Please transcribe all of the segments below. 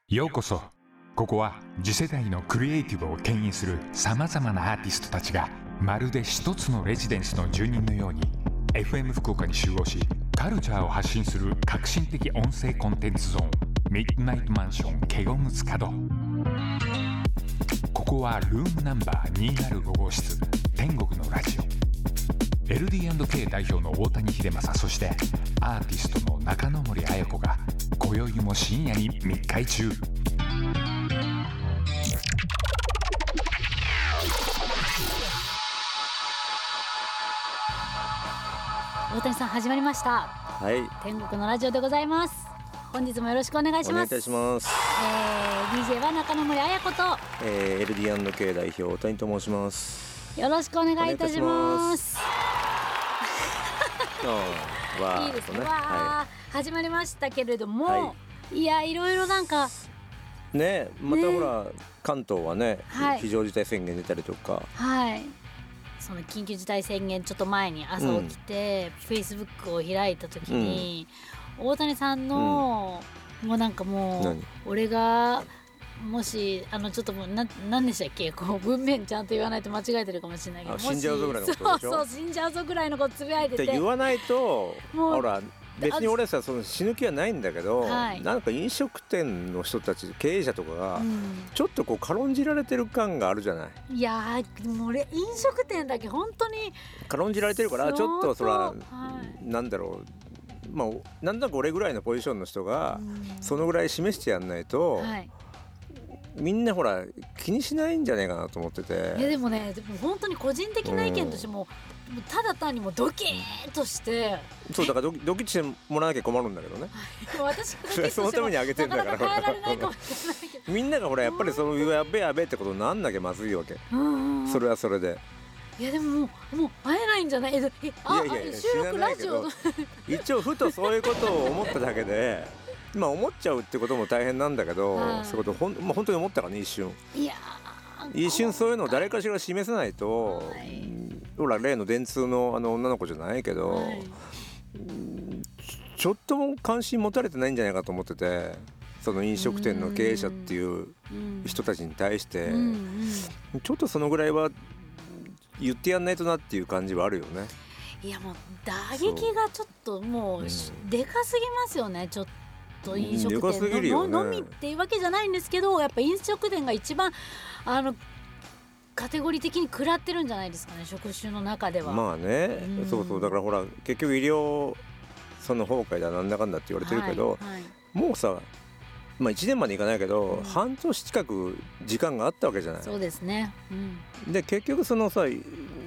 ようこそ。ここは次世代のクリエイティブを牽引するさまざまなアーティストたちがまるで一つのレジデンスの住人のように FM 福岡に集合し、カルチャーを発信する革新的音声コンテンツゾーンミッドナイトマンションケゴムズ角。ここはルームナンバー205号室、天国のラジオ。 LD&K 代表の大谷秀正、そしてアーティストの中野森彩子が今宵も深夜に密会中。 大谷さん、始まりました。 はい、 天国のラジオでございます。本日もよろしくお願いします。 お願いいたします。 DJ は中野森彩子と、 LD&K 代表大谷と申します。 よろしくお願いいたします。いいですね。始まりましたけれども、いや、いろいろなんかね、またほら、関東はね、非常事態宣言出たりとか、 その緊急事態宣言ちょっと前に朝起きて、Facebook を開いた時に、大谷さんの、もうなんかもう俺がもしちょっともう何でしたっけ、こう文面ちゃんと言わないと間違えてるかもしれないけど、 死んじゃうぞぐらいのことでしょ。 そう死んじゃうぞぐらいのことつぶやいてて、 言わないと、ほら別に俺さ、その死ぬ気はないんだけど、なんか飲食店の人たち、経営者とかがちょっとこう軽んじられてる感があるじゃない。 いやもう俺飲食店だけ本当に軽んじられてるから、ちょっとそら、なんだろう、まあなんだか俺ぐらいのポジションの人がそのぐらい示してやんないと、みんなほら気にしないんじゃないかなと思ってて。 いやでもね、本当に個人的な意見としても、ただ単にもうドキーッとして、 そうだからドキッとしてもらわなきゃ困るんだけどね。 私ドキッとしてもそのためにあげてんだから、 なかなか変えられないかもしれないけど、 みんながほらやっぱりそのやべえってことになんなきゃまずいわけ。それはそれで。 いやでももう会えないんじゃない？ いや収録ラジオ一応ふとそういうことを思っただけで思っちゃうってことも大変なんだけど、そういうこと本当に思ったからね、一瞬。一瞬そういうのを誰かしら示さないと、ほら例の電通の女の子じゃないけど、ちょっとも関心持たれてないんじゃないかと思ってて、その飲食店の経営者っていう人たちに対して、ちょっとそのぐらいは言ってやんないとなっていう感じはあるよね。 いやもう打撃がちょっともうでかすぎますよね。ちょっと飲食店のみっていうわけじゃないんですけど、やっぱ飲食店が一番カテゴリー的に食らってるんじゃないですかね、職種の中では。まあね、 そうだからほら結局医療その崩壊だなんだかんだって言われてるけど、もうさ、1年までいかないけど、半年近く時間があったわけじゃない。 そうですね、 で結局そのさ、医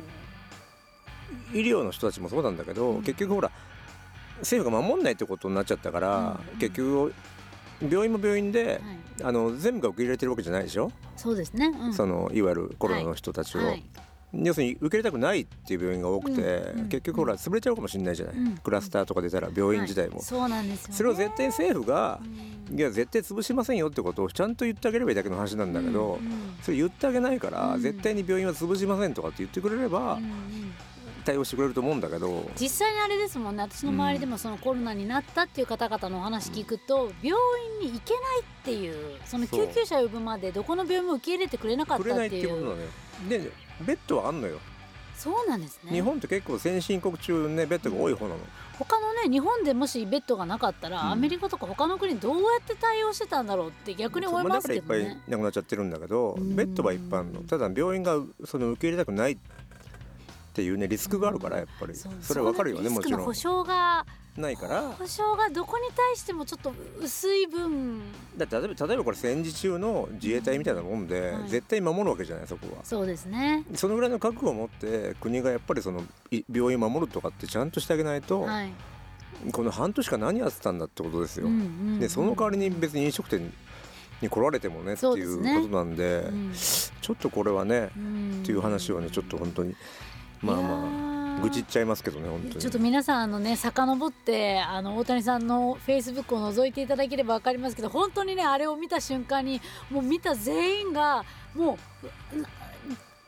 療の人たちもそうなんだけど、結局ほら政府が守んないってことになっちゃったから、結局病院も病院で、全部が受け入れてるわけじゃないでしょ。 そうですね、 そのいわゆるコロナの人たちを、要するに受け入れたくないっていう病院が多くて、結局ほら潰れちゃうかもしれないじゃない、クラスターとか出たら病院自体も、 そうなんですよね。 それを絶対政府が、いや絶対潰しませんよってことをちゃんと言ってあげればいいだけの話なんだけど、それ言ってあげないから、絶対に病院は潰しませんとかって言ってくれれば、対応してくれると思うんだけど、 実際にあれですもんね。私の周りでもそのコロナになったっていう方々のお話聞くと、病院に行けないっていう、その救急車呼ぶまでどこの病院も受け入れてくれなかったっていう。 くれないっていうことなのよ。でベッドはあんのよ。 そうなんですね。 日本って結構先進国中ね、ベッドが多い方なの。 他のね、日本でもしベッドがなかったら、アメリカとか他の国どうやって対応してたんだろうって逆に思いますけどね。 だからいっぱいなくなっちゃってるんだけど、ベッドはいっぱいあるの。ただ病院がその受け入れたくないっていうね、リスクがあるから、やっぱりそれは分かるよね。もちろんリスクの保証がないから、 保証がどこに対してもちょっと薄い分だって、例えばこれ戦時中の自衛隊みたいなもんで、絶対守るわけじゃない、そこは。 そうですね。そのぐらいの覚悟を持って国がやっぱりその病院を守るとかってちゃんとしてあげないと、この半年間何やってたんだってことですよ。でその代わりに別に飲食店に来られてもねっていうことなんで、ちょっとこれはねっていう話をね、ちょっと本当に愚痴っちゃいますけどね、本当に。 ちょっと皆さん遡って大谷さんのフェイスブックを覗いていただければ分かりますけど、本当にね、あれを見た瞬間にもう見た全員がもう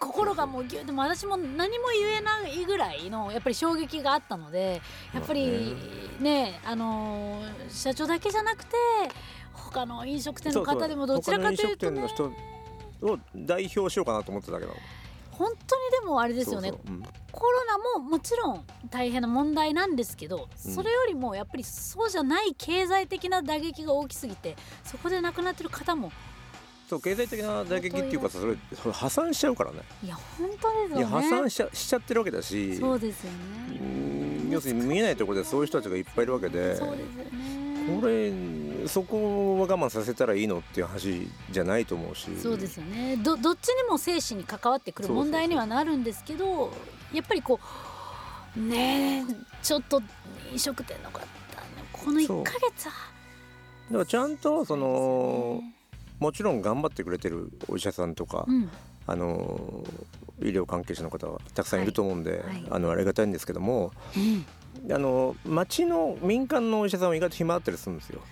心がもうでも私も何も言えないぐらいのやっぱり衝撃があったので、やっぱりね社長だけじゃなくて他の飲食店の方でもどちらかというとね、 他の飲食店の人を代表しようかなと思ってたけど、 本当にでもあれですよね、コロナももちろん大変な問題なんですけど、それよりもやっぱりそうじゃない経済的な打撃が大きすぎて、そこで亡くなってる方もそう経済的な打撃っていうかそれ破産しちゃうからね。 いや本当ですよね。 いや破産しちゃってるわけだし、 そうですよね。 要するに見えないところでそういう人たちがいっぱいいるわけで、 そうですよね。 これそこは我慢させたらいいのっていう話じゃないと思うし、 そうですよね。どっちにも生死に関わってくる問題にはなるんですけど、やっぱりこうねちょっと飲食店の方この1ヶ月はだからちゃんとそのもちろん頑張ってくれてるお医者さんとか、医療関係者の方はたくさんいると思うんで、ありがたいんですけども、町の民間のお医者さんは意外と暇だったりするんですよ。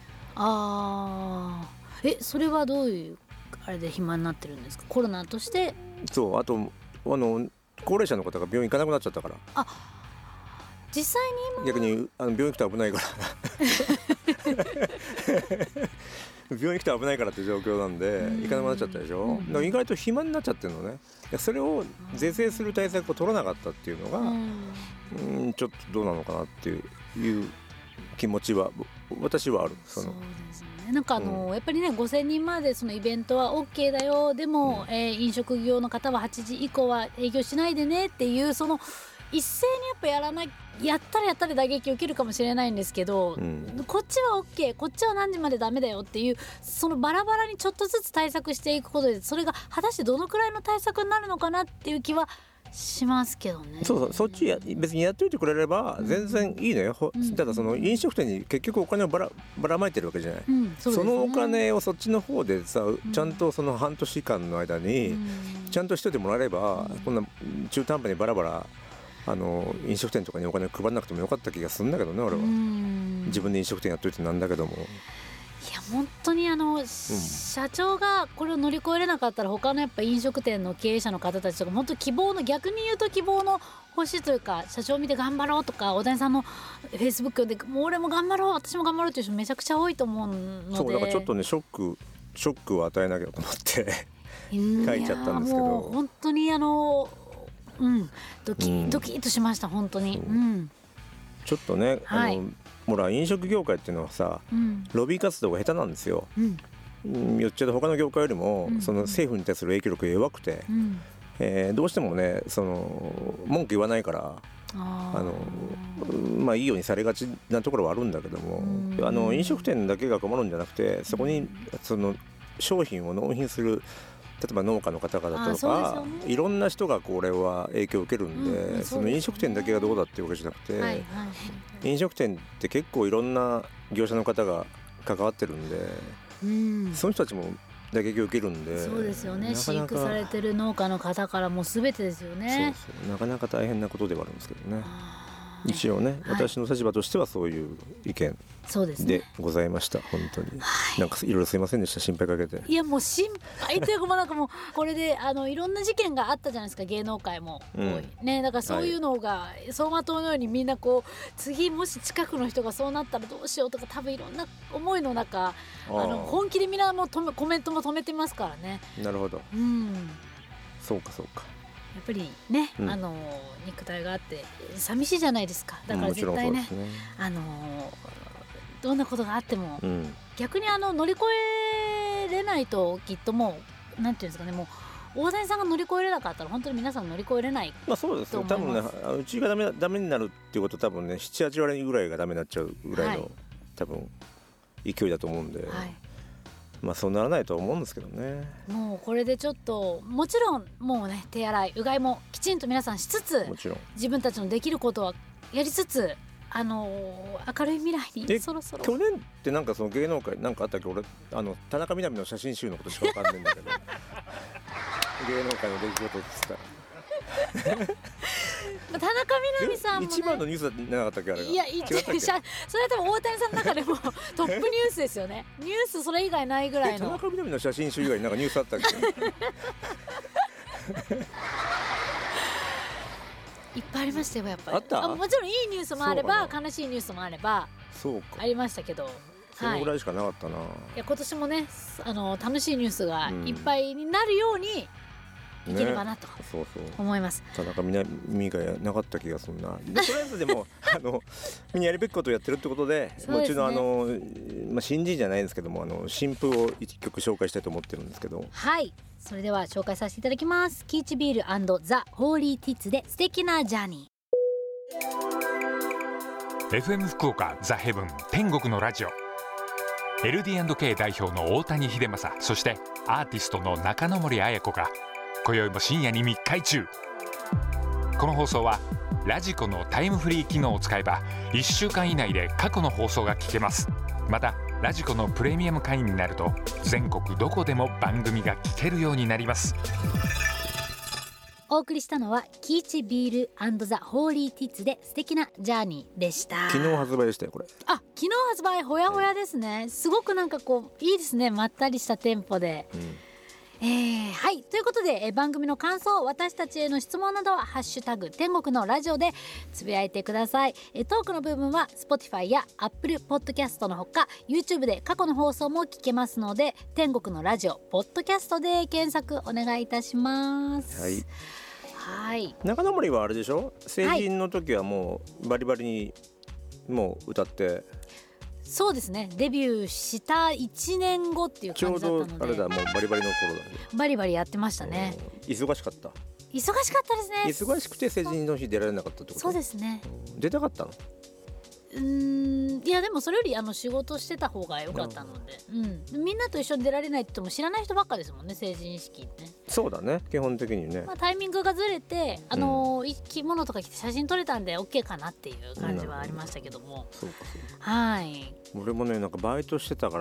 それはどういうあれで暇になってるんですか？コロナとして。 そう、あと高齢者の方が病院行かなくなっちゃったから。 実際に逆に病院行くと危ないから病院行くと危ないからって状況なんで行かなくなっちゃったでしょ。だから意外と暇になっちゃってるのね。それを是正する対策を取らなかったっていうのがちょっとどうなのかなっていう気持ちは私はある。そうですね。なんかやっぱりね5000人までそのイベントは OK だよ、でも、飲食業の方は8時以降は営業しないでねっていうその一斉にやっぱやったら打撃を受けるかもしれないんですけど、こっちは OK こっちは何時までダメだよっていうそのバラバラにちょっとずつ対策していくことで、それが果たしてどのくらいの対策になるのかなっていう気はしますけどね。 そっち別にやっておいてくれれば全然いいのよ、ただその飲食店に結局お金をばらまいてるわけじゃない、そのお金をそっちの方でさちゃんとその半年間の間にちゃんとしといてもらえれば、こんな中途半端にバラバラ飲食店とかにお金配らなくてもよかった気がするんだけどね、俺は。自分で飲食店やっといてなんだけども、 いや本当に社長がこれを乗り越えれなかったら他のやっぱ飲食店の経営者の方たちとか本当逆に言うと希望の星というか、社長を見て頑張ろうとか、大谷さんのフェイスブックでもう俺も頑張ろう私も頑張ろうという人めちゃくちゃ多いと思うので、 そうだからちょっとねショックを与えなきゃと思って書いちゃったんですけど、 もう本当にドキッとしました本当に。 ちょっとね、ほら飲食業界っていうのはさ、ロビー活動が下手なんですよ。言っちゃうと他の業界よりも、その政府に対する影響力が弱くて、どうしてもねその文句言わないからいいようにされがちなところはあるんだけども、飲食店だけが困るんじゃなくて、そこにその商品を納品する例えば農家の方々とか、いろんな人がこれは影響を受けるんで、その飲食店だけがどうだっていうわけじゃなくて、飲食店って結構いろんな業者の方が関わってるんで、その人たちも打撃を受けるんで。 そうですよね。飼育されてる農家の方からもう全てですよね。 なかなか大変なことではあるんですけどね。一応ね、私の立場としてはそういう意見でございました。本当に、なんかいろいろすいませんでした、心配かけて。 いやもう心配というかなんかもうこれでいろんな事件があったじゃないですか、芸能界も、ね、だからそういうのが走馬灯のようにみんなこう次もし近くの人がそうなったらどうしようとか、多分いろんな思いの中本気でみんなもコメントも止めてますからね。 なるほど、そうかやっぱりね、肉体があって寂しいじゃないですか。だから絶対ね、どんなことがあっても、逆に乗り越えれないときっともうなんていうんですかね、もう大谷さんが乗り越えれなかったら本当に皆さん乗り越えれないと思います。 そうですね、多分ねうちがダメになるっていうこと多分ね 7,8 割ぐらいがダメになっちゃうぐらいの、多分勢いだと思うんで、そうならないと思うんですけどね。もうこれでちょっともちろんもうね手洗いうがいもきちんと皆さんしつつ、 もちろん自分たちのできることはやりつつ、明るい未来にそろそろ。 去年ってなんかその芸能界なんかあったっけ？俺田中みな実の写真集のことしかわかんないんだけど芸能界の出来事って言ったら田中みな実さんも、ね、 一番のニュースじゃなかったっけあれが。 いやそれは多分大谷さんの中でもトップニュースですよね。ニュースそれ以外ないぐらいの。 田中みな実の写真集以外になんかニュースあったっけいっぱいありましたよやっぱり。 あった？ もちろんいいニュースもあれば悲しいニュースもあればそうかありましたけど、 そのぐらいしかなかったな、 いや今年もね楽しいニュースがいっぱいになるようにいければなと思います、 田中みな実がなかった気がするな。でとりあえずでもみんなやるべきことをやってるってことで、もううちの新人じゃないんですけども新風を一曲紹介したいと思ってるんですけど、 はい、それでは紹介させていただきます。キーチビール&ザ・ホーリーティッツで素敵なジャーニー。 FM 福岡ザ・ヘブン天国のラジオ、 LD&K 代表の大谷秀正、そしてアーティストの中野森彩子が今宵も深夜に密会中。この放送はラジコのタイムフリー機能を使えば1週間以内で過去の放送が聞けます。またラジコのプレミアム会員になると全国どこでも番組が聞けるようになります。 お送りしたのはキーチビール&ザ・ホーリーティッツで素敵なジャーニーでした。 昨日発売でしたよこれ。 昨日発売、ほやほやですね。すごくなんかこういいですね、まったりしたテンポで、はい、ということで、番組の感想、私たちへの質問などはハッシュタグ天国のラジオでつぶやいてください。トークの部分は Spotify や Apple Podcast のほか YouTube で過去の放送も聞けますので、天国のラジオポッドキャストで検索お願いいたします。はい、 中野森はあれでしょ、成人の時はもうバリバリにもう歌って、 そうですね、デビューした1年後っていう感じだったので、 ちょうどあれだ、もうバリバリの頃だね。 バリバリやってましたね。 忙しかった。 忙しかったですね。 忙しくて成人の日出られなかったってこと。 そうですね。 出たかったの？ いやでもそれより仕事してた方が良かったので、みんなと一緒に出られないって言っても知らない人ばっかですもんね、成人式ってね。 そうだね、基本的にね、 タイミングがずれて生き物とか着て写真撮れたんで OK かなっていう感じはありましたけども、 そうかそうか。 はい、 俺もねなんかバイトしてたから、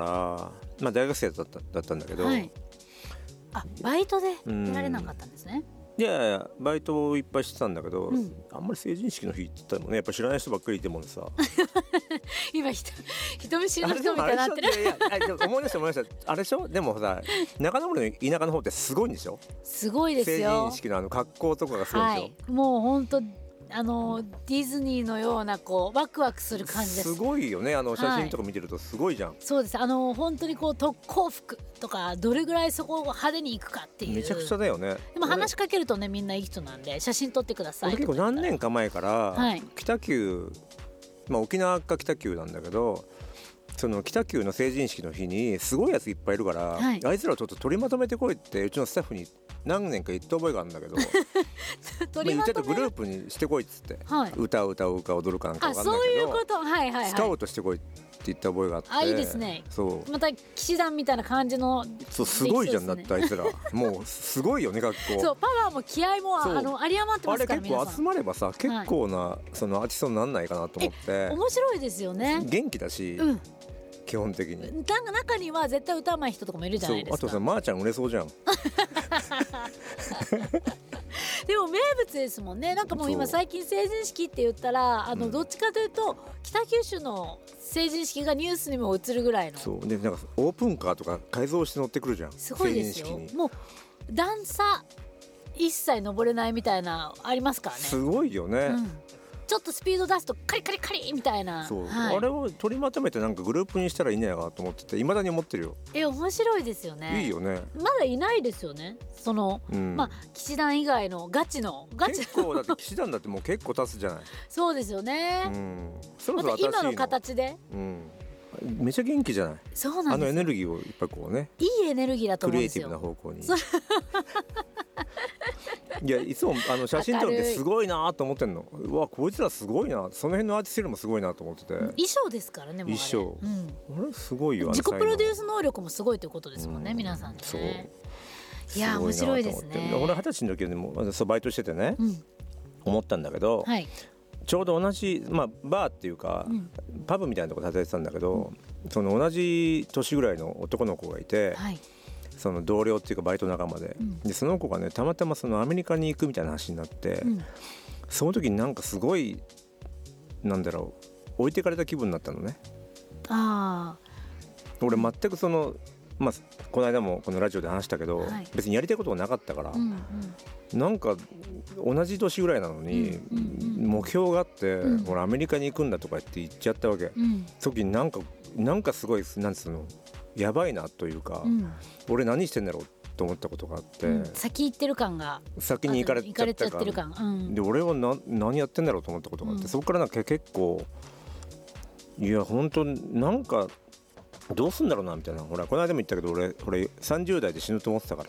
大学生だったんだけど、 バイトで出られなかったんですね。 いやバイトをいっぱいしてたんだけど、あんまり成人式の日って言ったらもね、やっぱ知らない人ばっかりいてもさ今人見知りの人みたいになってる。 思い出したあれでしょ。でもさ、中野森の田舎の方ってすごいんでしょ。 すごいですよ。 成人式の格好とかがすごいでしょ、 もう本当ディズニーのようなこうワクワクする感じです。 すごいよね、写真とか見てるとすごいじゃん。 そうです。本当にこう特攻服とかどれぐらいそこを派手に行くかっていう、 めちゃくちゃだよね。 でも話しかけるとね、みんないい人なんで写真撮ってください。 俺結構何年か前から、北九、沖縄か北九なんだけど、その北九の成人式の日にすごいやついっぱいいるから、あいつらをちょっと取りまとめてこいってうちのスタッフに何年か言った覚えがあるんだけど言っちゃうとグループにしてこいっつって、歌を歌うか踊るかなんか分かんないけど、 そういうこと、 スカウトしてこいって言った覚えがあって、 いいですね。 そうまた騎士団みたいな感じの、 そうすごいじゃん。だってあいつらもうすごいよね、学校。 そう、パワーも気合も有り余ってますから。 あれ結構集まればさ、結構なそのアーティストにならないかなと思って。 面白いですよね。 元気だし、基本的に中には絶対歌うまい人とかもいるじゃないですか。 あとさ、まーちゃん売れそうじゃんでも名物ですもんね。なんかもう今最近成人式って言ったらどっちかというと北九州の成人式がニュースにも映るぐらいの。 そうで、なんかオープンカーとか改造して乗ってくるじゃん。 すごいですよ。もう段差一切登れないみたいなありますからね。 すごいよね、 ちょっとスピード出すとカリカリカリみたいな。 そう、あれを取りまとめてなんかグループにしたらいいんじゃないかなと思ってて、未だに思ってるよ。 面白いですよね。 いいよね。 まだいないですよね、その、騎士団以外のガチの結構だって騎士団だってもう結構経つじゃないそうですよね、 そろそろまた今の形で、 めっちゃ元気じゃない。 そうなんです。 エネルギーをいっぱいこうね、 いいエネルギーだと思うんですよ。 クリエイティブな方向にいや、いつも写真撮るってすごいなと思ってんの。うわ、こいつらすごいな、その辺のアーティストよりもすごいなと思ってて。 衣装ですからね、もうあれ。 衣装、あれすごいよ。 自己プロデュース能力もすごいということですもんね、皆さんね。そう、いや面白いですね。 俺20歳の時にもバイトしててね、思ったんだけど、ちょうど同じ、バーっていうか、パブみたいなところで働いてたんだけど、その同じ年ぐらいの男の子がいて、その同僚っていうかバイト仲間で、でその子がねたまたまそのアメリカに行くみたいな話になって、その時になんかすごいなんだろう、置いてかれた気分になったのね。俺全くそのまあ、この間もこのラジオで話したけど、別にやりたいことがなかったから、なんか同じ年ぐらいなのに目標があって、俺アメリカに行くんだとか言っちゃったわけ、その時になんかすごいなんつうのやばいなというか、俺何してんだろうと思ったことがあって、 先行ってる感が先に行かれちゃってる感、で俺は何やってんだろうと思ったことがあって、そこからなんか結構いや本当なんかどうすんだろうなみたいな。ほらこの間も言ったけど俺30代で死ぬと思ってたから、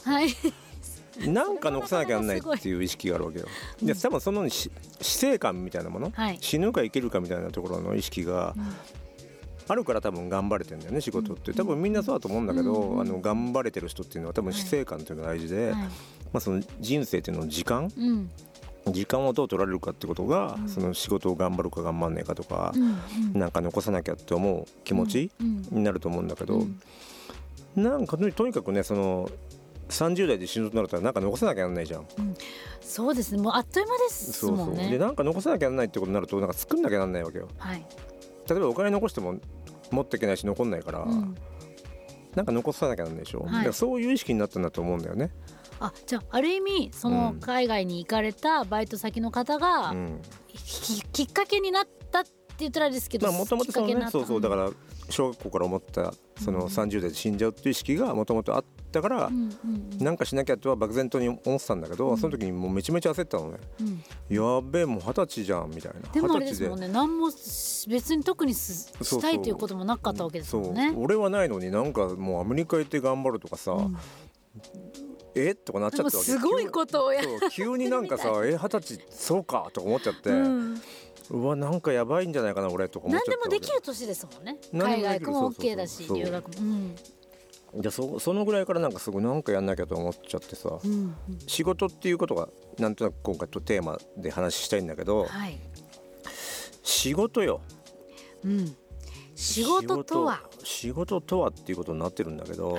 なんか残さなきゃなんないっていう意識があるわけよ。で多分その死生観みたいなもの、死ぬか生きるかみたいなところの意識があるから多分頑張れてんだよね仕事って。多分みんなそうだと思うんだけど、頑張れてる人っていうのは多分死生観っていうのが大事で、その人生っていうのの時間をどう取られるかってことが、その仕事を頑張るか頑張んないかとか、なんか残さなきゃって思う気持ちになると思うんだけど、なんかとにかくね、その30代で死ぬとなるとなんか残さなきゃなんないじゃん、 そうですね、もうあっという間ですもんね。 でなんか残さなきゃなんないってことになるとなんか作んなきゃなんないわけよ、例えばお金残しても持っていけないし残んないから、なんか残さなきゃなんないでしょ、だからそういう意識になったんだと思うんだよね。 じゃあある意味その海外に行かれたバイト先の方が、きっかけになったって言ったらですけど、 もともとそうだから小学校から思ったその30代で死んじゃうっていう意識がもともとあったから、なんかしなきゃとは漠然とに思ってたんだけど、その時にもうめちゃめちゃ焦ったのね、やべえもう20歳じゃんみたいな。 でもあれですもんね、何も別に特にしたいということもなかったわけですもんね。 俺はないのになんかもうアメリカ行って頑張るとかさ、とかなっちゃったわけ。 すごいことを急になんかさ20歳そうかとか思っちゃって、うわなんかやばいんじゃないかな俺とか思っちゃったわけ。 何でもできる年ですもんね。海外も OK だし留学も。 じゃそのぐらいからなんかすごいなんかやんなきゃと思っちゃってさ、仕事っていうことがなんとなく今回とテーマで話したいんだけど、仕事よ、仕事とはっていうことになってるんだけど、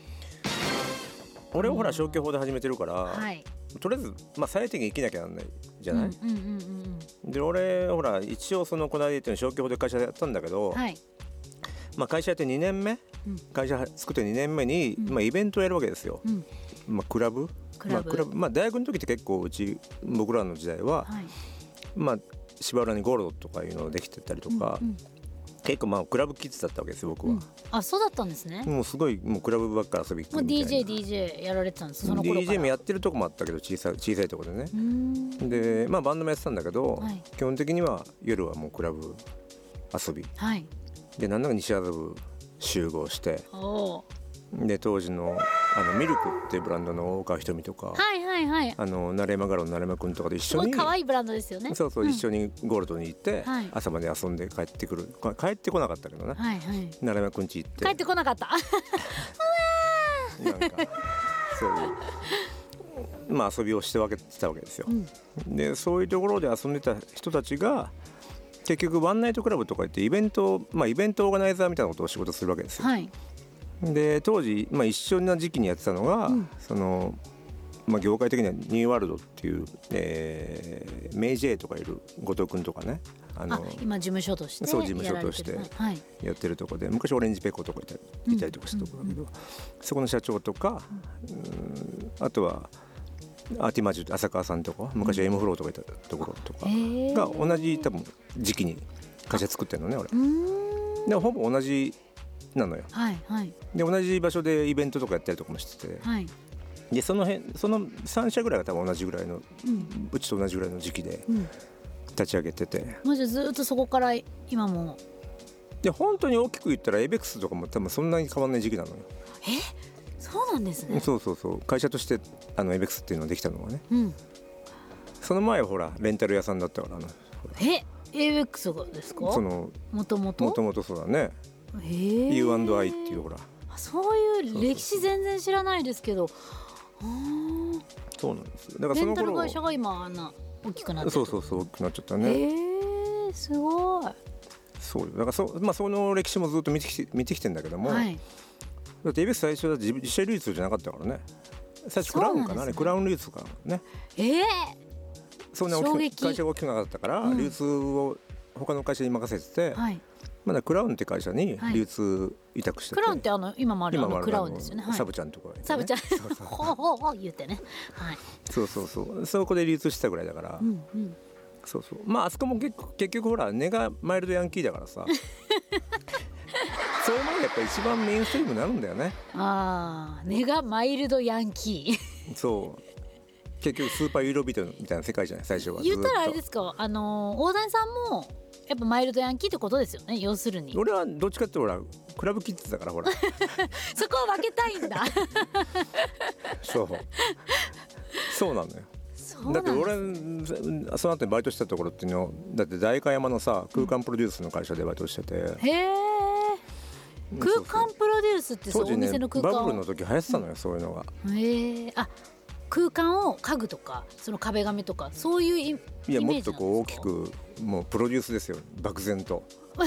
俺はほら消去法で始めてるから、とりあえず最低限生きなきゃなんないじゃない。で俺ほら一応そのこの間言ったように消去法で会社やったんだけど、会社やって2年目、会社作って2年目に、イベントをやるわけですよ、クラブ、大学の時って結構僕らの時代は、芝浦にゴールドとかいうのできてたりとか、結構クラブキッズだったわけですよ僕は、そうだったんですね。もうすごいもうクラブばっか遊び行くみたいな。 DJ やられてたんですその頃から。 DJ もやってるとこもあったけど小さいところでね。でバンドもやってたんだけど、基本的には夜はもうクラブ遊び、でなんだか西麻布集合して、で当時のミルクっていうブランドの大川ひとみとか、成山ガロの成山くんとかで一緒に、 可愛いブランドですよね。 一緒にゴールドに行って、朝まで遊んで帰ってくる。帰ってこなかったけどね、成山くん家行って帰ってこなかったなんかそういう遊びをしてたわけですよ、でそういうところで遊んでた人たちが結局ワンナイトクラブとか言ってイベントオーガナイザーみたいなことを仕事するわけですよ、で当時、一緒な時期にやってたのが、その業界的にはニューワールドっていう、メイジェイとかいる後藤君とかね、 今事務所としてやってるとこで、昔オレンジペコとかいたりとかしたとこだけど、そこの社長とか、あとはアーティマジュ浅川さんとか昔は M フローとかいたところとかが同じ多分時期に会社作ってるのね俺。でほぼ同じなのよ、で同じ場所でイベントとかやったりとかもしてて、でその3社ぐらいが多分同じぐらいの、うちと同じぐらいの時期で立ち上げてて、 もうじゃずっとそこから今も。 で本当に大きく言ったらエイベックスとかも多分そんなに変わんない時期なのよ。 そうなんですね。 そう会社としてエイベックスっていうのができたのはね、その前はほらレンタル屋さんだったからエイベックスがですか。もともとそうだね。U&I っていうほら、 そういう歴史全然知らないですけど、 そうなんですよ。だからその頃レンタル会社が今大きくなってる。 そう大きくなっちゃったね。 すごい。 そうだからその歴史もずっと見てきてんだけども、だってエイベックス最初は自社流通じゃなかったからね。最初クラウンかな、クラウン流通かね。そんな会社が大きくなかったから、流通を他の会社に任せてて、 まだクラウンって会社に流通委託してて、 クラウンって今もあるクラウンですよね、 サブちゃんとか、ね、 サブちゃんほう言ってね、はい、 そうそこで流通してたぐらいだから、そうまああそこも結局ほら根がマイルドヤンキーだからさそういうものがやっぱり一番メインストリームになるんだよね。 根がマイルドヤンキーそう結局スーパーユーロビートみたいな世界じゃない最初は。 言ったらあれですか、大谷さんもやっぱマイルドヤンキーってことですよね、要するに。 俺はどっちかってほらクラブキッズだからほらそこは分けたいんだそうなのよ。だって俺その後にバイトしたところっていうのだって代官山のさ空間プロデュースの会社でバイトしてて、 空間プロデュースってそう、お店の空間をバブルの時流行ってたのよ、そういうのが。 空間を家具とかその壁紙とかそういうイメージなんですか。 いやもっとこう大きくもうプロデュースですよ、漠然と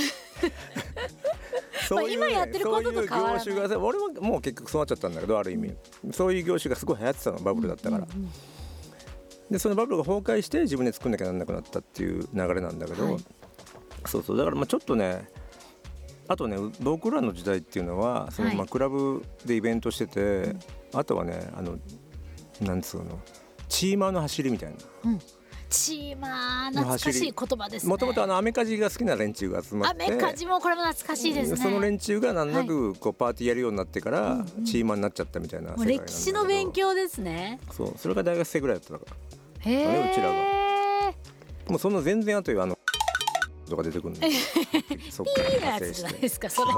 そういう、 今やってることと変わらない。 そういう業種が俺ももう結局そうなっちゃったんだけど、ある意味そういう業種がすごい流行ってたの、バブルだったから、でそのバブルが崩壊して自分で作んなきゃなんなくなったっていう流れなんだけど、だからまあちょっとね、あとね僕らの時代っていうのはそのまあクラブでイベントしてて、あとはねなんつうのチーマーの走りみたいな、 チーマー懐かしい言葉ですね。 もともとアメカジが好きな連中が集まって、 アメカジもこれも懐かしいですね。 その連中がなんとなくこうパーティーやるようになってからチーマーになっちゃったみたいな世界なんだけど、 歴史の勉強ですね。 それが大学生ぐらいだったから、うちらがもうそんな全然後よとか出てくるのそっから派生してピーのやつじゃないですかそれ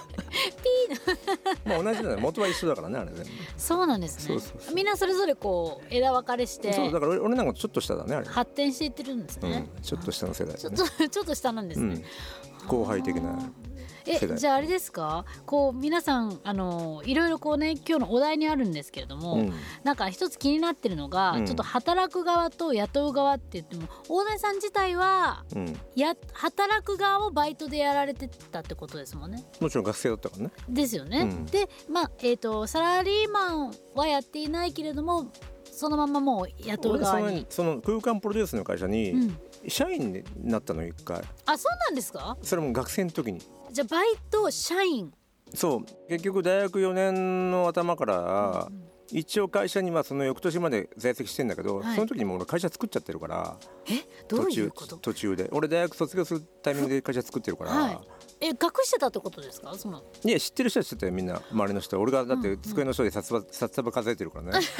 まあ同じだね、元は一緒だからね、あれ全部。 そうなんですね。みんなそれぞれこう枝分かれして、 そうだから俺なんかちょっと下だね、あれ発展していってるんですね、 ちょっと下の世代だね。 ちょっと下なんですね、 後輩的な世代。 じゃああれですか、こう皆さんいろいろこうね今日のお題にあるんですけれども、なんか一つ気になってるのが、ちょっと働く側と雇う側って言っても大谷さん自体は、働く側をバイトでやられてたってことですもんね。 もちろん学生だったからね。 ですよね、でまあサラリーマンはやっていないけれどもそのままもう雇う側にその空間プロデュースの会社に社員になったの一回。 あ、そうなんですか。 それも学生の時に。 じゃあバイト社員。 そう結局大学4年の頭から、一応会社にその翌年まで在籍してんだけど、その時にもう俺会社作っちゃってるから。 どういうこと？ 途中で俺大学卒業するタイミングで会社作ってるから、 隠してたってことですか。 いや知ってる人は知ってたよ、みんな周りの人。俺がだって机の下で札束数えてるからね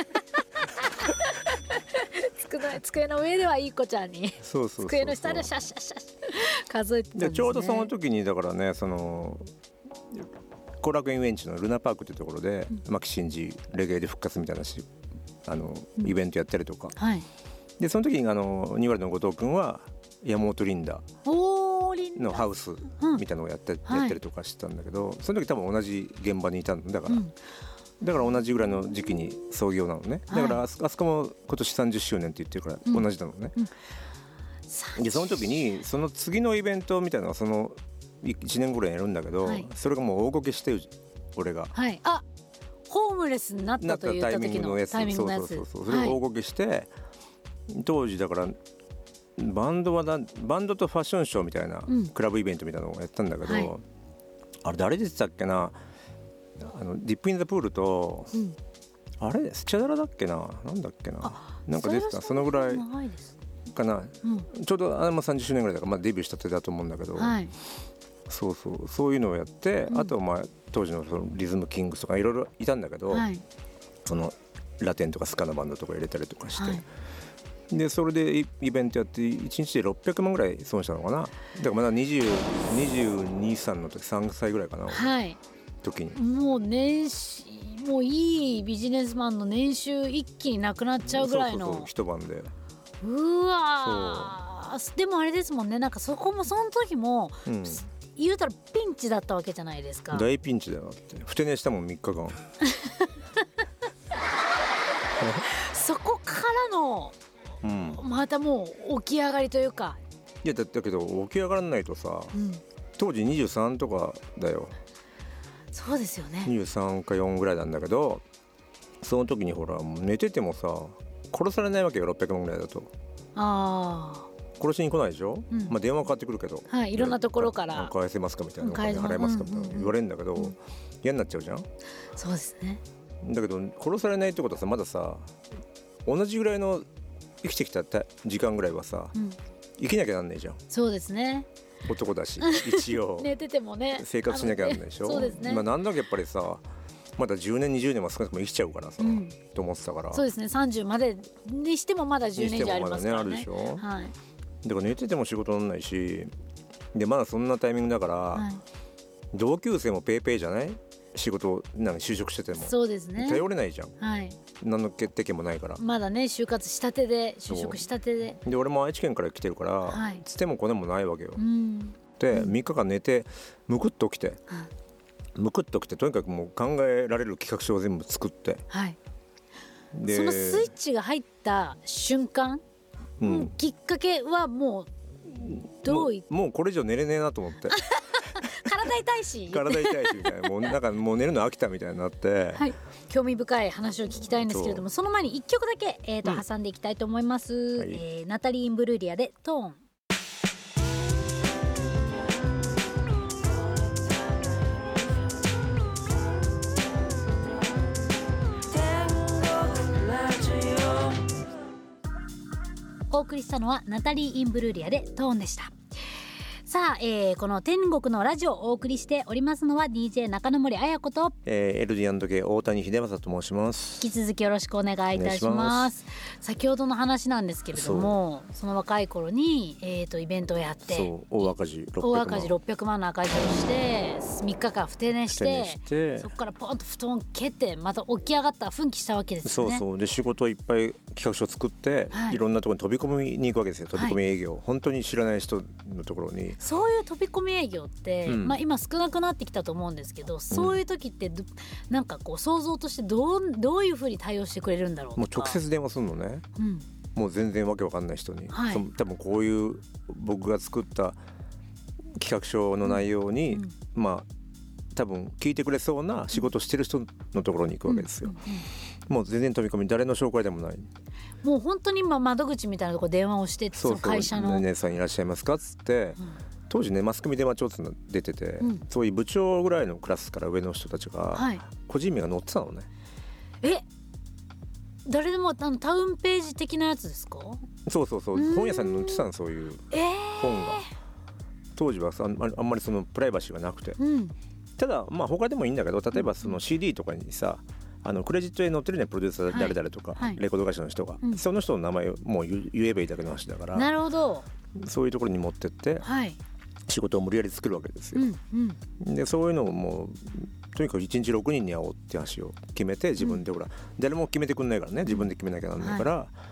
机の上ではいい子ちゃんに机の下でシャッシャッシャッ数えてたんですね。 ちょうどその時にだからね、その後楽園遊園地のルナパークっていうところで、牧伸二レゲエで復活みたいなイベントやったりとか、でその時に2割の後藤君は山本リンダのハウスみたいなのをやったりとかしてたんだけど、その時多分同じ現場にいたんだから、だから同じぐらいの時期に創業なのね。だからあそこも今年30周年って言ってるから同じなのね、でその時にその次のイベントみたいなのはその1年ぐらいやるんだけど、それがもう大こけして俺が、 ホームレスになったと言った時のタイミングのやつ。 それが大こけして、当時だからバンドとファッションショーみたいな、クラブイベントみたいなのをやったんだけど、あれ誰出てたっけな、ディップインザプールと、あれスチャダラだっけな、なんだっけな、なんか出てた。そのぐらいかな、ちょうど30周年ぐらいだから、デビューしたてだと思うんだけど、そういうのをやって、あと当時のそのリズムキングスとかいろいろいたんだけど、そのラテンとかスカのバンドとか入れたりとかして、でそれでイベントやって1日で600万ぐらい損したのかな。だからまだ22、3の時3歳ぐらいかな、時にもういいビジネスマンの年収一気になくなっちゃうぐらいの。 一晩で。 うわでもあれですもんね、なんかそこもその時も、言うたらピンチだったわけじゃないですか。 大ピンチだよって。ふて寝したもん3日間そこからの、またもう起き上がりというか。 いやだけど起き上がらないとさ、当時23とかだよ。 そうですよね。 23か4ぐらいなんだけど、その時にほら寝ててもさ殺されないわけよ、600万ぐらいだと。 殺しに来ないでしょ、電話かかってくるけど、 いろんなところから返せますかみたいな、お金払えますかみたいな言われるんだけど、嫌になっちゃうじゃん。 そうですね。 だけど殺されないってことはさ、まださ同じぐらいの生きてきた時間ぐらいはさ、生きなきゃなんないじゃん。 そうですね。 男だし一応寝ててもね生活しなきゃなんないでしょ。 そうですね。 なんだかやっぱりさ、まだ10年20年は少なくとも生きちゃうからさ、と思ってたから。 そうですね。30までにしてもまだ10年以上ありますからね。 あるでしょ。 はい。 だから寝てても仕事にならないし、でまだそんなタイミングだから、同級生もペイペイじゃない。仕事なんか就職しててもそうですね。 頼れないじゃん。何の決定権もないから。 まだね就活したてで就職したてで。 で俺も愛知県から来てるから、つてもこねもないわけよ。で3日間寝てむくっと起きて、とにかくもう考えられる企画書を全部作って、 でそのスイッチが入った瞬間、きっかけはもうどういもうこれ以上寝れねえなと思って体痛いしみたいな、もう寝るの飽きたみたいになって、 興味深い話を聞きたいんですけれども、その前に1曲だけ、挟んでいきたいと思います、ナタリー・インブルーリアでトーン。お送りしたのはナタリー・インブルーリアでトーンでした。さあ、この天国のラジオをお送りしておりますのは DJ 中野森彩子と、 LD&K 大谷秀正と申します。 引き続きよろしくお願いいたします。先ほどの話なんですけれども、その若い頃に、イベントをやって、 大赤字600 万の赤字をして3日間不定寝してそこからポンと布団蹴ってまた起き上がった奮起したわけですね。 で仕事をいっぱい企画書を作って、いろんなところに飛び込みに行くわけですよ。飛び込み営業、本当に知らない人のところに。 そういう飛び込み営業って、今少なくなってきたと思うんですけど、そういう時ってなんかこう想像としてどういうふうに対応してくれるんだろうとか。 もう直接電話するのね、もう全然わけわかんない人に、多分こういう僕が作った企画書の内容に、多分聞いてくれそうな仕事してる人のところに行くわけですよ。もう全然飛び込み、誰の紹介でもない、 もう本当に窓口みたいなところ電話をして、その会社のねさんいらっしゃいますかっつって、当時ねマスコミ電話帳っての出てて、そういう部長ぐらいのクラスから上の人たちが、個人名が載ってたのね。 誰でもタウンページ的なやつですか？ そう本屋さんに載ってたの、そういう本が。当時はあんまりそのプライバシーがなくて、ただ他でもいいんだけど、例えばその CD とかにさ、クレジットで載ってるね、プロデューサー誰々とか、レコード会社の人が、その人の名前をもう言えばいいだけの話だから。 なるほど。 そういうところに持ってって、仕事を無理やり作るわけですよ。でそういうのをもうとにかく1日6人に会おうって話を決めて、自分で誰も決めてくんないからね、自分で決めなきゃなんないから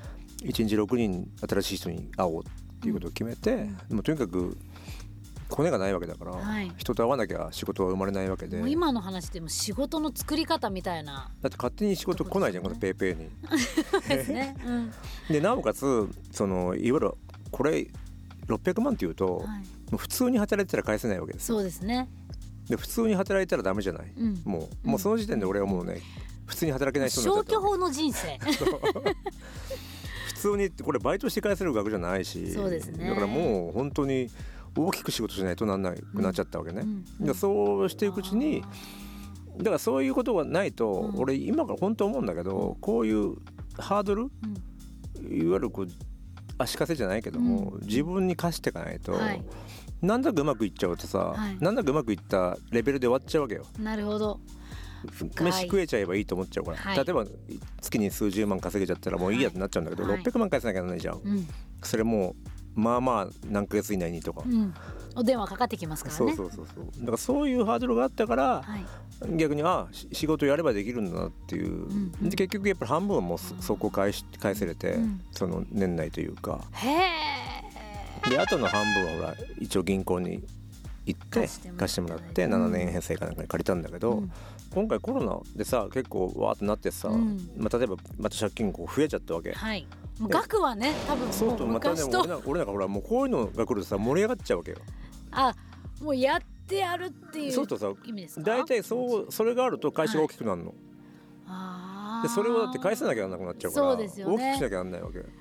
、1日6人新しい人に会おうっていうことを決めて、もうとにかくコネがないわけだから、人と会わなきゃ仕事は生まれないわけで。 もう今の話でも仕事の作り方みたいな。 だって勝手に仕事来ないじゃん、このペイペイにですね。 でなおかついわゆるこれ600万っていうと、もう普通に働いてたら返せないわけですよ。 そうですね。 で普通に働いたらダメじゃない、もうその時点で俺はもうね、普通に働けない人になっちゃった。 消去法の人生普通にこれバイトして返せる額じゃないし、 そうですね。 だからもう本当に大きく仕事しないとなんなくなっちゃったわけね。そうしていくうちに、だからそういうことがないと、俺今から本当思うんだけど、こういうハードル、いわゆるこう足かせじゃないけども、自分に課していかないと、なんだかうまくいっちゃうとさ、なんだかうまくいったレベルで終わっちゃうわけよ。 なるほど。 飯食えちゃえばいいと思っちゃうから、例えば月に数十万稼げちゃったらもういいやってなっちゃうんだけど、600万返さなきゃならないじゃん、それも何ヶ月以内にとか、 お電話かかってきますからね。 そうだからそういうハードルがあったから、逆に仕事やればできるんだなっていう、で結局やっぱり半分はもうそこ返せれて、その年内というか。であとの半分はほら一応銀行に行って貸してもらって7年返済かなんかに借りたんだけど、今回コロナでさ結構わーってなってさ、例えばまた借金増えちゃったわけ。 もう額はね多分そうとまたね、俺なんかほらもうこういうのが来るとさ盛り上がっちゃうわけよ。 もうやってやるっていう意味ですか？ 大体それがあると会社が大きくなるの。でそれをだって返さなきゃならなくなっちゃうから、大きくしなきゃならないわけ。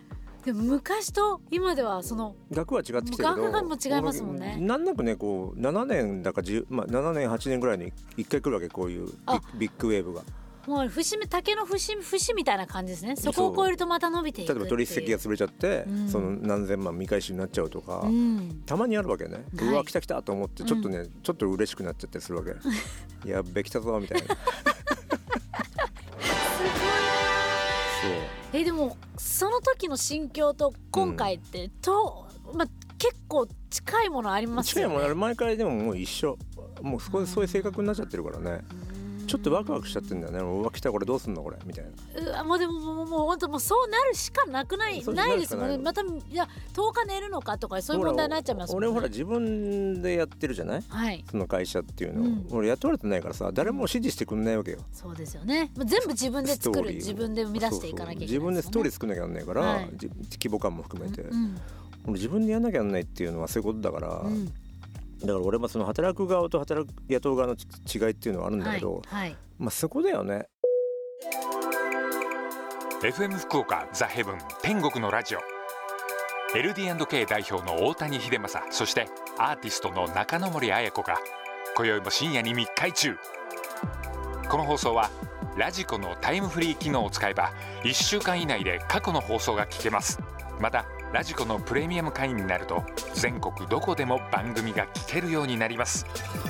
でも昔と今ではその額は違ってきてるけど額がも違いますもんね。 なんなくねこう7年だか7年8年ぐらいに1回来るわけ、こういうビッグウェーブが。 もう竹の節みたいな感じですね。そこを超えるとまた伸びていくっていう。 例えば取引が潰れちゃって、その何千万未回収になっちゃうとか、たまにあるわけね。うわ来た来たと思ってちょっとね、ちょっと嬉しくなっちゃったりするわけ。やっべ来たぞみたいな。 でもその時の心境と今回って結構近いものありますよね。 近いものある。毎回でももう一緒。もうそういう性格になっちゃってるからね。ちょっとワクワクしちゃってるんだよね。うわ来たこれどうすんのこれみたいな。 もうでも本当もうそうなるしかないですもんね。またいや10日寝るのかとかそういう問題になっちゃいますもんね。 俺ほら自分でやってるじゃない、 はい、 その会社っていうのを、俺雇われてないからさ、誰も指示してくんないわけよ。 そうですよね。全部自分で作る、自分で生み出していかなきゃいけないですもんね。 自分でストーリー作んなきゃなんないから、はい、規模感も含めて、俺自分でやんなきゃなんないっていうのはそういうことだから、だから俺もその働く側と雇う側の違いっていうのはあるんだけど、はいはい、そこだよね。 FM 福岡ザ・ヘブン天国のラジオ LD&K 代表の大谷秀正、そしてアーティストの中野森彩子が今宵も深夜に密会中。この放送はラジコのタイムフリー機能を使えば1週間以内で過去の放送が聞けます。またラジコのプレミアム会員になると全国どこでも番組が聞けるようになります。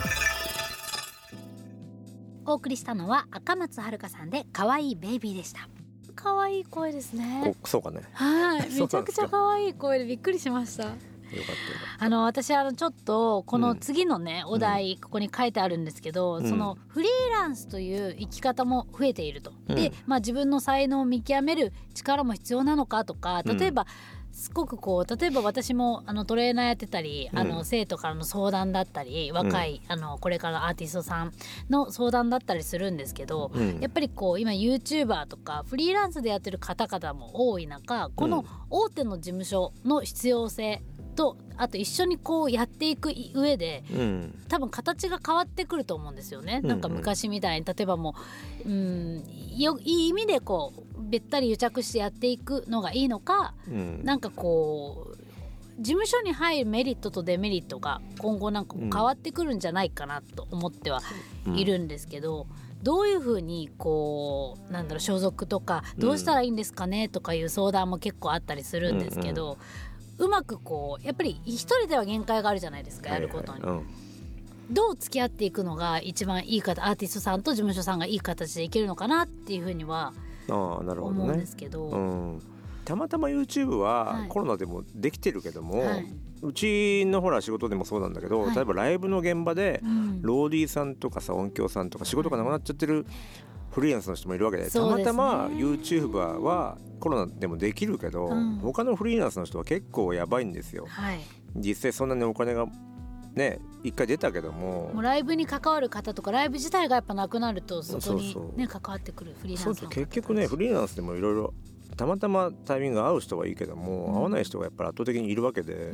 お送りしたのは赤松遥さんで可愛いベイビーでした。可愛い声ですね。 そうかね。 はい、めちゃくちゃ可愛い声でびっくりしました。よかった。私ちょっとこの次のね、お題ここに書いてあるんですけど、そのフリーランスという生き方も増えていると、で、自分の才能を見極める力も必要なのかとか、例えば、すごく例えば私もトレーナーやってたり、生徒からの相談だったり、若いこれからアーティストさんの相談だったりするんですけど、やっぱり今 YouTuber とかフリーランスでやってる方々も多い中、この大手の事務所の必要性と、あと一緒にやっていく上で、多分形が変わってくると思うんですよね。なんか昔みたいに例えばもう、いい意味でべったり癒着してやっていくのがいいのか、なんか事務所に入るメリットとデメリットが今後なんか変わってくるんじゃないかなと思ってはいるんですけど、どういうふうに所属とかどうしたらいいんですかねとかいう相談も結構あったりするんですけど、うまくやっぱり一人では限界があるじゃないですか、やることに、どう付き合っていくのが一番いいアーティストさんと事務所さんがいい形でいけるのかなっていうふうには思うんですけど、 たまたま YouTube はコロナでもできてるけども、うちのほら仕事でもそうなんだけど、例えばライブの現場でローディーさんとかさ、音響さんとか仕事がなくなっちゃってるフリーランスの人もいるわけで、たまたま YouTuber はコロナでもできるけど、他のフリーランスの人は結構やばいんですよ、実際そんなにお金がね一回出たけども、 ライブに関わる方とかライブ自体がやっぱなくなると、そこにね関わってくるフリーランスの方、 結局ねフリーランスでもいろいろたまたまタイミングが合う人はいいけども、合わない人がやっぱり圧倒的にいるわけで、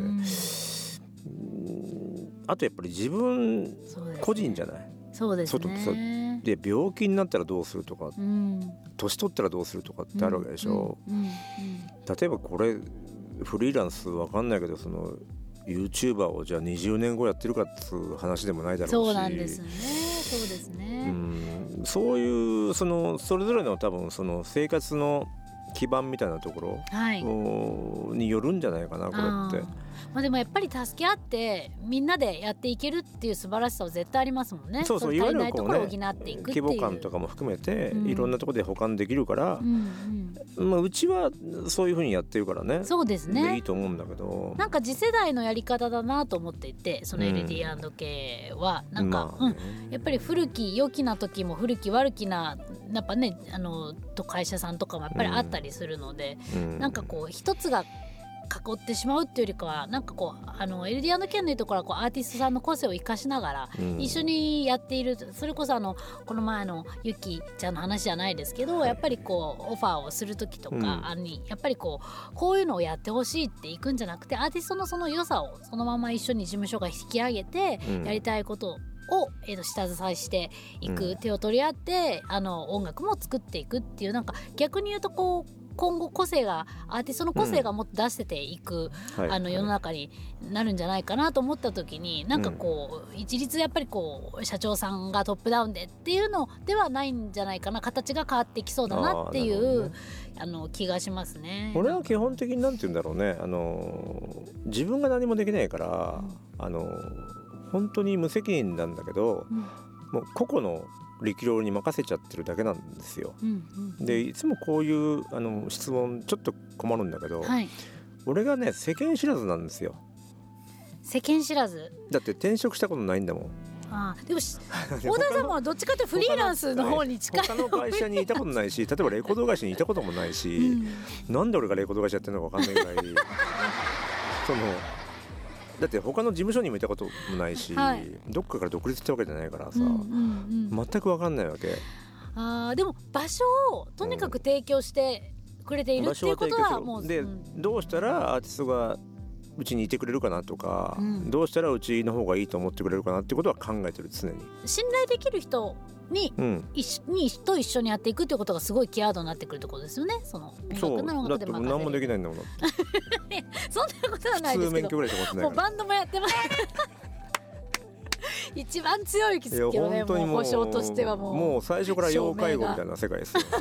あとやっぱり自分個人じゃない。 そうですね。 で病気になったらどうするとか、年取ったらどうするとかってあるわけでしょ。例えばこれフリーランスわかんないけど、その YouTuber をじゃあ20年後やってるかっていう話でもないだろうし。 そうなんですね。そうですね。 そういうそれぞれの多分その生活の基盤みたいなところによるんじゃないかな、これって。 でもやっぱり助け合ってみんなでやっていけるっていう素晴らしさは絶対ありますもんね。 そうそう、いわゆる足りないところを補っていくっていう、 規模感とかも含めていろんなところで保管できるから、うちはそういうふうにやってるからね。 そうですね。 いいと思うんだけど、 なんか次世代のやり方だなと思っていて、その LD&K はなんか、やっぱり古き良きな時も古き悪きなやっぱね会社さんとかもやっぱりあったりするので、なんか一つが囲ってしまうっていうよりかは、なんかLD&K のいいところはアーティストさんの個性を生かしながら一緒にやっている、それこそこの前のゆきちゃんの話じゃないですけど、やっぱりオファーをする時とかにやっぱりこういうのをやってほしいっていくんじゃなくて、アーティストのその良さをそのまま一緒に事務所が引き上げてやりたいことを下支えしていく、手を取り合って音楽も作っていくっていう、なんか逆に言うと今後個性がアーティストの個性がもっと出せていく、世の中になるんじゃないかなと思った時に、なんかこう一律やっぱりこう社長さんがトップダウンでっていうのではないんじゃないかな、形が変わってきそうだなっていう、気がしますね。 俺は基本的になんて言うんだろうね、自分が何もできないから、本当に無責任なんだけど、もう個々の力量に任せちゃってるだけなんですよ、でいつもこういう質問ちょっと困るんだけど、俺がね世間知らずなんですよ。 世間知らずだって転職したことないんだもん。 でも大田さんもどっちかというとフリーランスの方に近い。 他の会社にいたことないし、例えばレコード会社にいたこともないし、なんで俺がレコード会社やってるのか分かんないぐらいだって他の事務所にもいたこともないし、どっかから独立したわけじゃないからさ、全く分かんないわけ。 でも場所をとにかく提供してくれているっていうことはもう、 でどうしたらアーティストがうちにいてくれるかなとか、どうしたらうちの方がいいと思ってくれるかなってことは考えてる、常に。 信頼できる人に、と一緒にやっていくっていうことがすごいキーワードになってくるってことですよね。そのそうだって何もできないんだもん。だってそんなことはないですけど、 普通免許ぐらいしか持ってないから。 もうバンドもやってます一番強い気づきよね。もう保証としてはもう最初から要介護みたいな世界ですよ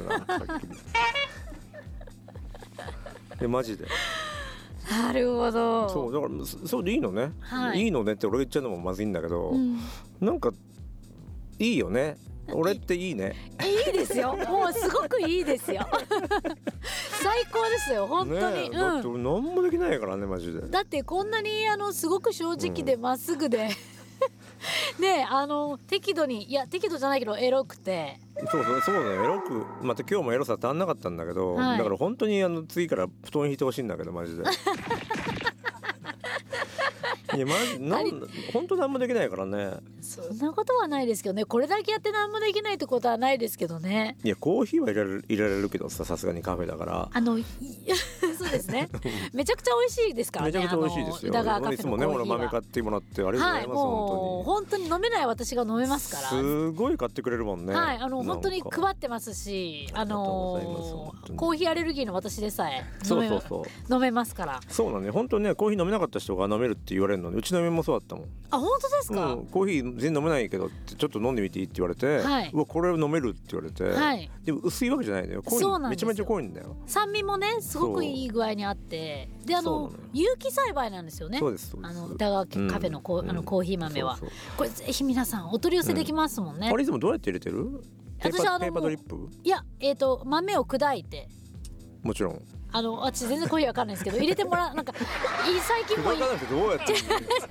でマジで。 なるほど。 そうだからそうでいいのね、いいのねって俺が言っちゃうのもまずいんだけど、なんかいいよね、俺っていいね。 いいですよ、もうすごくいいですよ最高ですよ本当に、 だって俺何もできないからねマジで。 だってこんなにすごく正直でまっすぐで、ね、適度に、いや適度じゃないけどエロくて、 そうだよ、エロく、また今日もエロさ足んなかったんだけど、だから本当に次から布団引いてほしいんだけどマジでいや本当何もできないからね。 そんなことはないですけどね。これだけやって何もできないってことはないですけどね。 いやコーヒーは入れられるけどさすがにカフェだからそうですねめちゃくちゃ美味しいですからね。 めちゃくちゃ美味しいですよ。いつもね豆買ってもらってありがとうございます、 本当に飲めない私が飲めますから。 すごい買ってくれるもんね。 本当に配ってますし、コーヒーアレルギーの私でさえ飲めますから。 そうなんね、本当にねコーヒー飲めなかった人が飲めるって言われるので、うちの嫁もそうだったもん。 本当ですか。 コーヒー全然飲めないけどってちょっと飲んでみていいって言われて、うわこれ飲めるって言われて、でも薄いわけじゃないのよ。めちゃめちゃ濃いんだよ。 酸味もねすごくいい具合にあって、で有機栽培なんですよね。 そうです歌川カフェのコーヒー豆は。これぜひ皆さんお取り寄せできますもんね。 あれいつもどうやって入れてる？ 私はペーパードリップ？ いや豆を砕いて。 もちろん。 私全然コーヒーわかんないですけど入れてもらう、なんか最近も砕かなくてどうやって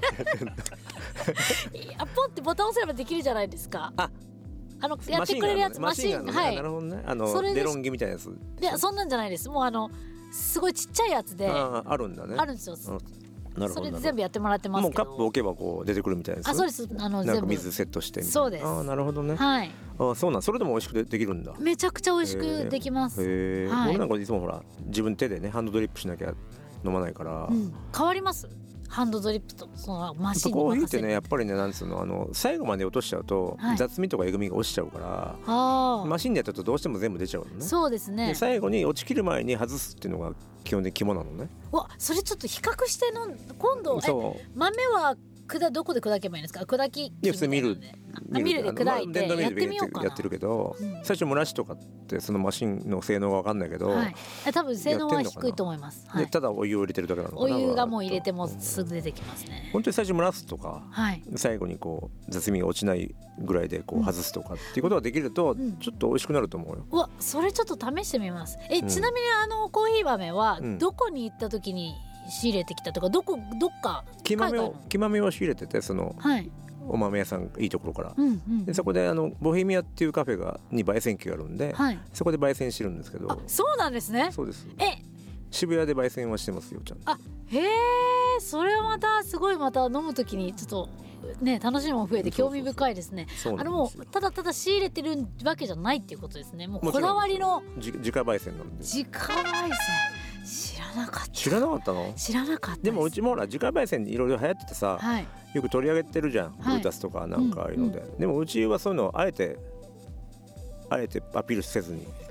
ポンってボタン押せればできるじゃないですか。やってくれるやつ、マシンが、 なるほどね。デロンギみたいなやつ。いやそんなんじゃないです。もうすごいちっちゃいやつであるんだね。 あるんですよ。それで全部やってもらってますけど。 もうカップ置けばこう出てくるみたいです。 そうです。 なんか水セットしてみたいな。 そうです。 なるほどね。そうなん。それでも美味しくできるんだ。 めちゃくちゃ美味しくできます。 俺なんかいつもほら自分手でねハンドドリップしなきゃ飲まないから。 変わります。ハンドドリップとそのマシンに任せる。 コーヒーってねやっぱりねなんつうの最後まで落としちゃうと、雑味とかえぐみが落ちちゃうからマシンでやってるとどうしても全部出ちゃうのね。 そうですね。 で最後に落ちきる前に外すっていうのが基本的に肝なのね。 それちょっと比較して今度豆はどこで砕けばいいんですか？砕き機みたいなのでミルで砕いてやってみようかな。 やってるけど、最初蒸らしとかってそのマシンの性能が分かんないけど、 多分性能は低いと思います。 でただお湯を入れてるだけなのかな。 お湯がもう入れてもすぐ出てきますね。 本当に最初蒸らすとか、最後にこう雑味が落ちないぐらいでこう外すとかっていうことができるとちょっと美味しくなると思うよ。 それちょっと試してみます。ちなみにコーヒー豆はどこに行った時に仕入れてきたとか、どっか木豆を仕入れててお豆屋さんいいところから、でそこでボヘミアっていうカフェに焙煎機があるんで、そこで焙煎してるんですけど。 そうなんですね。 そうです。渋谷で焙煎はしてますよちゃんと。 へえ、それはまたすごい、また飲むときにちょっとね楽しみも増えて興味深いですね。もうただただ仕入れてるわけじゃないっていうことですね。もうこだわりの自家焙煎なんで。 自家焙煎知らなかった。 知らなかったの？ 知らなかった。 でもうちもほら自家焙煎いろいろ流行っててさ、よく取り上げてるじゃん、ブルータスとかなんかああいうので、でもうちはそういうのをあえてアピールせずに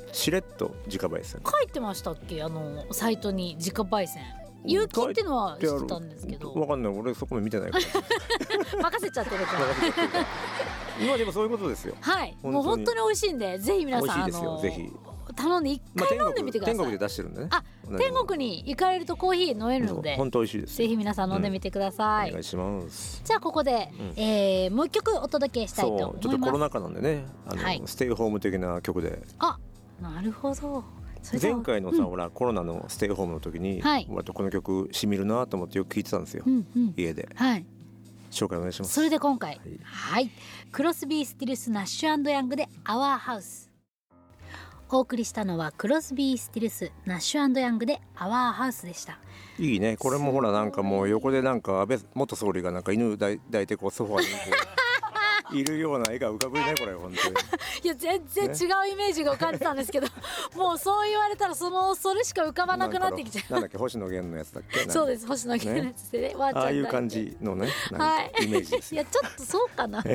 しれっと自家焙煎書いてましたっけ、サイトに自家焙煎有機ってのは知ってたんですけど、 分かんない、俺そこまで見てないから任せちゃってるから今でもそういうことですよ。 はい、もう本当に美味しいんで、ぜひ皆さん美味しいですよ、ぜひ頼んで一回飲んでみてください。 天国で出してるんでね。 天国に行かれるとコーヒー飲めるので本当美味しいです。 ぜひ皆さん飲んでみてください。 お願いします。 じゃあここで、もう一曲お届けしたいと思います。 ちょっとコロナ禍なんでね、ステイホーム的な曲で。 なるほど。 前回のさ、ほらコロナのステイホームの時に、割とこの曲しみるなと思ってよく聴いてたんですよ、家で。紹介お願いします。 それで今回、クロスビー・スティルス・ナッシュ&ヤングで Our House。お送りしたのはクロスビー・スティルス・ナッシュ&ヤングで Our House でした。いいね、これもほらなんかもう横でなんか安倍元総理がなんか犬抱いてこうソファにこういるような絵が浮かぶね、これ本当に。 いや全然違うイメージが浮かんでたんですけど、もうそう言われたらそれしか浮かばなくなってきちゃう。 なんだっけ、星野源のやつだっけ。 そうです、星野源のやつでね、 ああいう感じのね、イメージです。 いやちょっとそうかな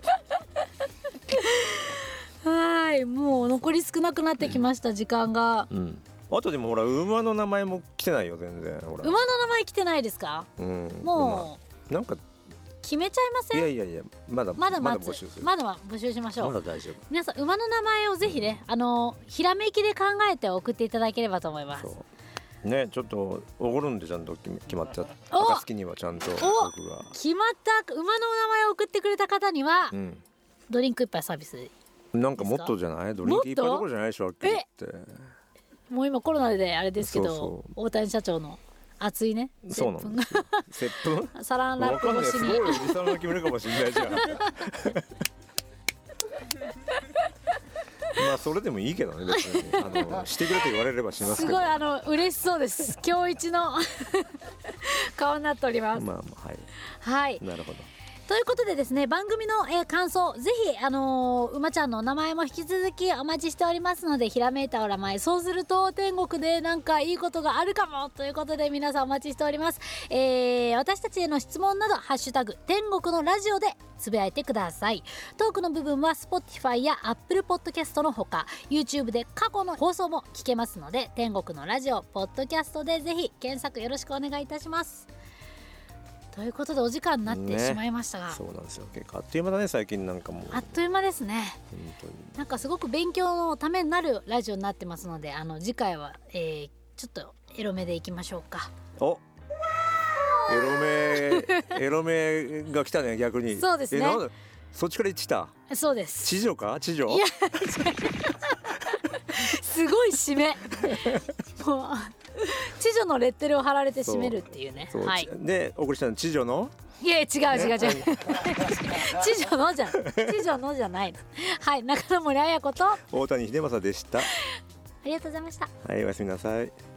はい、もう残り少なくなってきました、時間が。 あとでもほら馬の名前も来てないよ、全然。ほら馬の名前来てないですか。もうなんか決めちゃいません？ いやまだ募集する。 まだ募集しましょう。 まだ大丈夫。 皆さん馬の名前をぜひね、ひらめきで考えて送っていただければと思います。 ね、ちょっとおごるんでちゃんと決まっちゃった。暁にはちゃんと僕が決まった馬の名前を送ってくれた方には、ドリンク一杯サービス。 なんかもっとじゃない？ドリンク一杯どころじゃないでしょ。 もう今コロナであれですけど、大谷社長の熱いね、 そうなの。接吻？ サランラップ越しに。 すごいリサの決めるかもしれないじゃん。まあそれでもいいけどね、別にしてくれと言われればしますけど。 すごい嬉しそうです。今日一の顔になっております。はい。 なるほど。 ということでですね、番組の、感想ぜひ馬ちゃんの名前も引き続きお待ちしておりますので、ひらめいたお名前、そうすると天国でなんかいいことがあるかもということで、皆さんお待ちしております。私たちへの質問などハッシュタグ天国のラジオでつぶやいてください。トークの部分は Spotify や Apple Podcast のほか YouTube で過去の放送も聞けますので、天国のラジオポッドキャストでぜひ検索よろしくお願いいたします。ということでお時間になってしまいましたが、 そうなんですよ。結構あっという間だね、最近なんかもう。 あっという間ですね。本当になんかすごく勉強のためになるラジオになってますので、次回は、ちょっとエロ目でいきましょうか。 エロ目が来たね、逆に。 そうですね。 そっちから言ってきた。 そうです。 地女か？地女？ いやすごい締めもう知女のレッテルを貼られて締めるっていうね。 はい。でお送りしたの知女の？ いや違う、知女のじゃないはい、中野森彩子と大谷秀正でした。ありがとうございました。 はい、おやすみなさい。